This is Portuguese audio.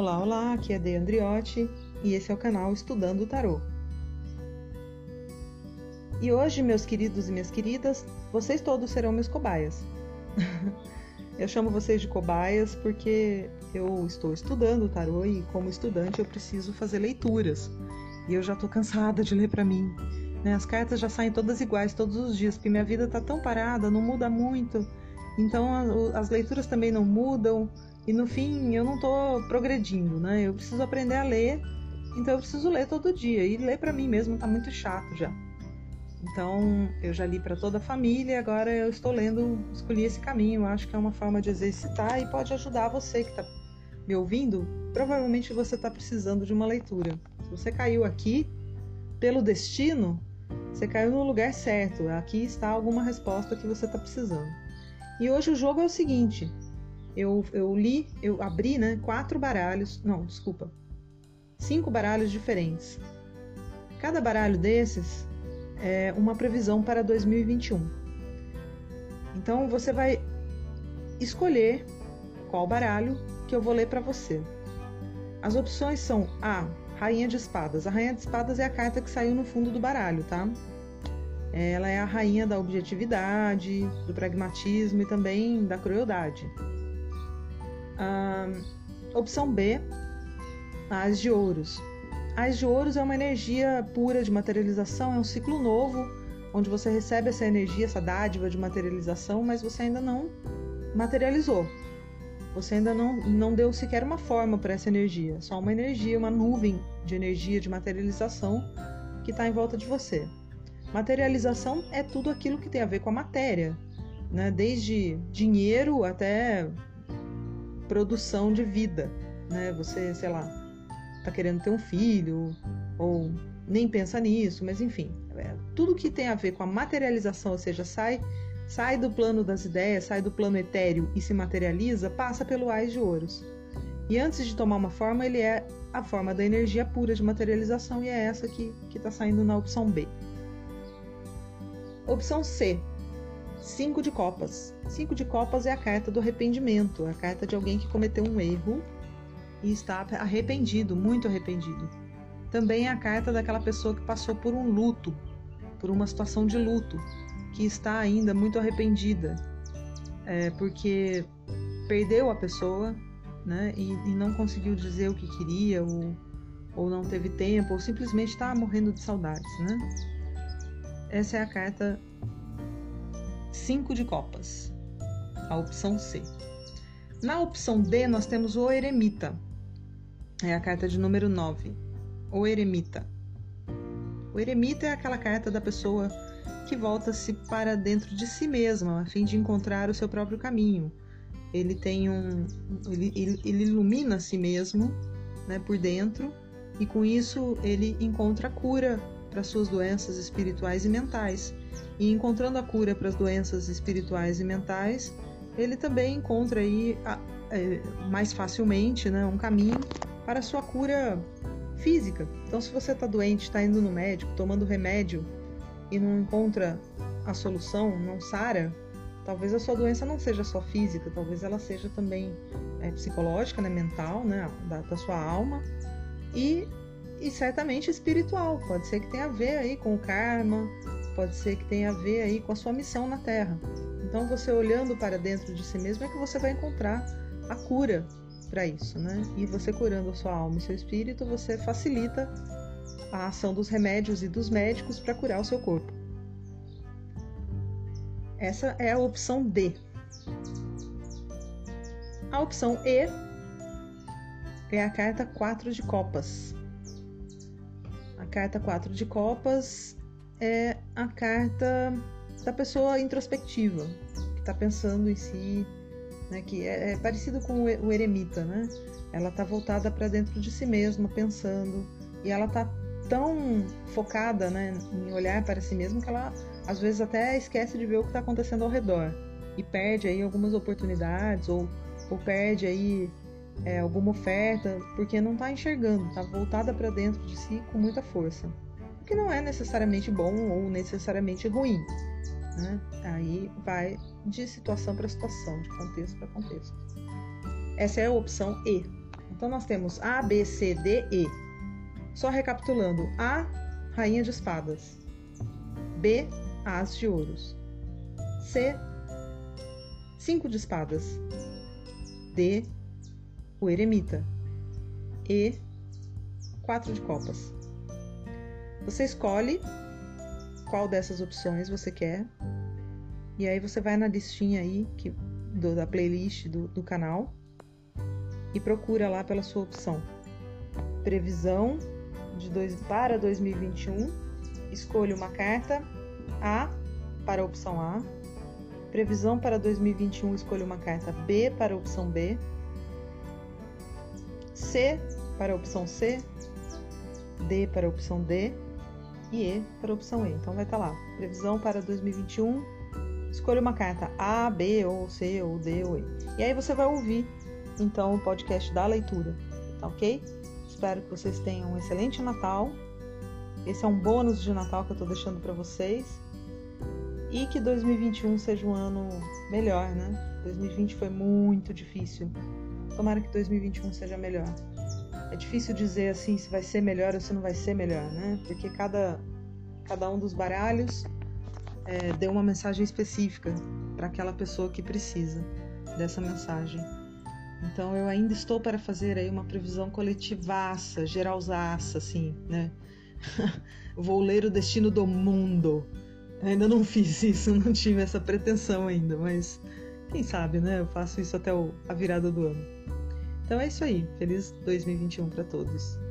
Olá, olá, aqui é Dei Andriotti e esse é o canal Estudando o Tarô. E hoje, meus queridos e minhas queridas, vocês todos serão meus cobaias. Eu chamo vocês de cobaias porque eu estou estudando o tarô e, como estudante, eu preciso fazer leituras. E eu já estou cansada de ler para mim. As cartas já saem todas iguais todos os dias, porque minha vida está tão parada, não muda muito. Então as leituras também não mudam. E no fim eu não estou progredindo, né? Eu preciso aprender a ler, então eu preciso ler todo dia. E ler para mim mesmo está muito chato já. Então eu já li para toda a família e agora eu estou escolhi esse caminho. Eu acho que é uma forma de exercitar e pode ajudar você que está me ouvindo. Provavelmente você está precisando de uma leitura. Se você caiu aqui pelo destino, você caiu no lugar certo. Aqui está alguma resposta que você está precisando. E hoje o jogo é o seguinte. Eu abri, 5 baralhos diferentes. Cada baralho desses é uma previsão para 2021. Então você vai escolher qual baralho que eu vou ler para você. As opções são A, Rainha de Espadas. A Rainha de Espadas é a carta que saiu no fundo do baralho, tá? Ela é a rainha da objetividade, do pragmatismo e também da crueldade. Opção B, As de Ouros. As de Ouros é uma energia pura de materialização, é um ciclo novo, onde você recebe essa energia, essa dádiva de materialização, mas você ainda não materializou. Você ainda não deu sequer uma forma para essa energia, só uma energia, uma nuvem de energia de materialização que está em volta de você. Materialização é tudo aquilo que tem a ver com a matéria, né? Desde dinheiro até produção de vida, né? Você, sei lá, tá querendo ter um filho ou nem pensa nisso, mas enfim, tudo que tem a ver com a materialização, ou seja, sai do plano das ideias, sai do plano etéreo e se materializa, passa pelo Ás de Ouros. E antes de tomar uma forma, ele é a forma da energia pura de materialização e é essa que está saindo na opção B. Opção C, 5 de Copas. 5 de Copas é a carta do arrependimento, a carta de alguém que cometeu um erro e está arrependido, muito arrependido. Também é a carta daquela pessoa que passou por um luto, por uma situação de luto, que está ainda muito arrependida, porque perdeu a pessoa, né, e não conseguiu dizer o que queria, ou não teve tempo, ou simplesmente está morrendo de saudades, né? Essa é a carta 5 de Copas, a opção C. Na opção D, nós temos o Eremita. É a carta de número 9. O Eremita. O Eremita é aquela carta da pessoa que volta-se para dentro de si mesma, a fim de encontrar o seu próprio caminho. Ele ele ilumina a si mesmo, né, por dentro, e com isso ele encontra a cura para suas doenças espirituais e mentais. E encontrando a cura para as doenças espirituais e mentais, ele também encontra aí mais facilmente, né, um caminho para a sua cura física. Então, se você está doente, está indo no médico, tomando remédio e não encontra a solução, não sara, talvez a sua doença não seja só física, talvez ela seja também psicológica, né, mental, né, da sua alma e certamente espiritual. Pode ser que tenha a ver aí com o karma, pode ser que tenha a ver aí com a sua missão na Terra. Então, você olhando para dentro de si mesmo é que você vai encontrar a cura para isso, né? E você curando a sua alma e seu espírito, você facilita a ação dos remédios e dos médicos para curar o seu corpo. Essa é a opção D. A opção E é a carta 4 de Copas. A carta 4 de Copas é a carta da pessoa introspectiva, que está pensando em si, né, que é parecido com o Eremita, né? Ela está voltada para dentro de si mesma, pensando, e ela está tão focada, né, em olhar para si mesma que ela às vezes até esquece de ver o que está acontecendo ao redor e perde aí algumas oportunidades ou perde aí alguma oferta porque não está enxergando, está voltada para dentro de si com muita força, o que não é necessariamente bom ou necessariamente ruim, né? Aí vai de situação para situação, de contexto para contexto. Essa é a opção E. Então nós temos A, B, C, D, E. Só recapitulando: A, rainha de espadas. B, as de ouros. C, 5 de espadas. D, o eremita. E, 4 de copas. Você escolhe qual dessas opções você quer. E aí você vai na listinha aí da playlist do canal e procura lá pela sua opção. Previsão para 2021. Escolha uma carta A para a opção A. Previsão para 2021, escolha uma carta B para a opção B. C para a opção C. D para a opção D. E E para a opção E. Então vai estar lá. Previsão para 2021. Escolha uma carta A, B, ou C, ou D, ou E. E aí você vai ouvir, então, o podcast da leitura. Tá ok? Espero que vocês tenham um excelente Natal. Esse é um bônus de Natal que eu tô deixando para vocês. E que 2021 seja um ano melhor, né? 2020 foi muito difícil. Tomara que 2021 seja melhor. É difícil dizer assim se vai ser melhor ou se não vai ser melhor, né? Porque cada um dos baralhos deu uma mensagem específica para aquela pessoa que precisa dessa mensagem. Então eu ainda estou para fazer aí uma previsão coletivaça, geralzaça, assim, né? Vou ler o destino do mundo. Ainda não fiz isso, não tive essa pretensão ainda, mas quem sabe, né? Eu faço isso até a virada do ano. Então é isso aí. Feliz 2021 para todos.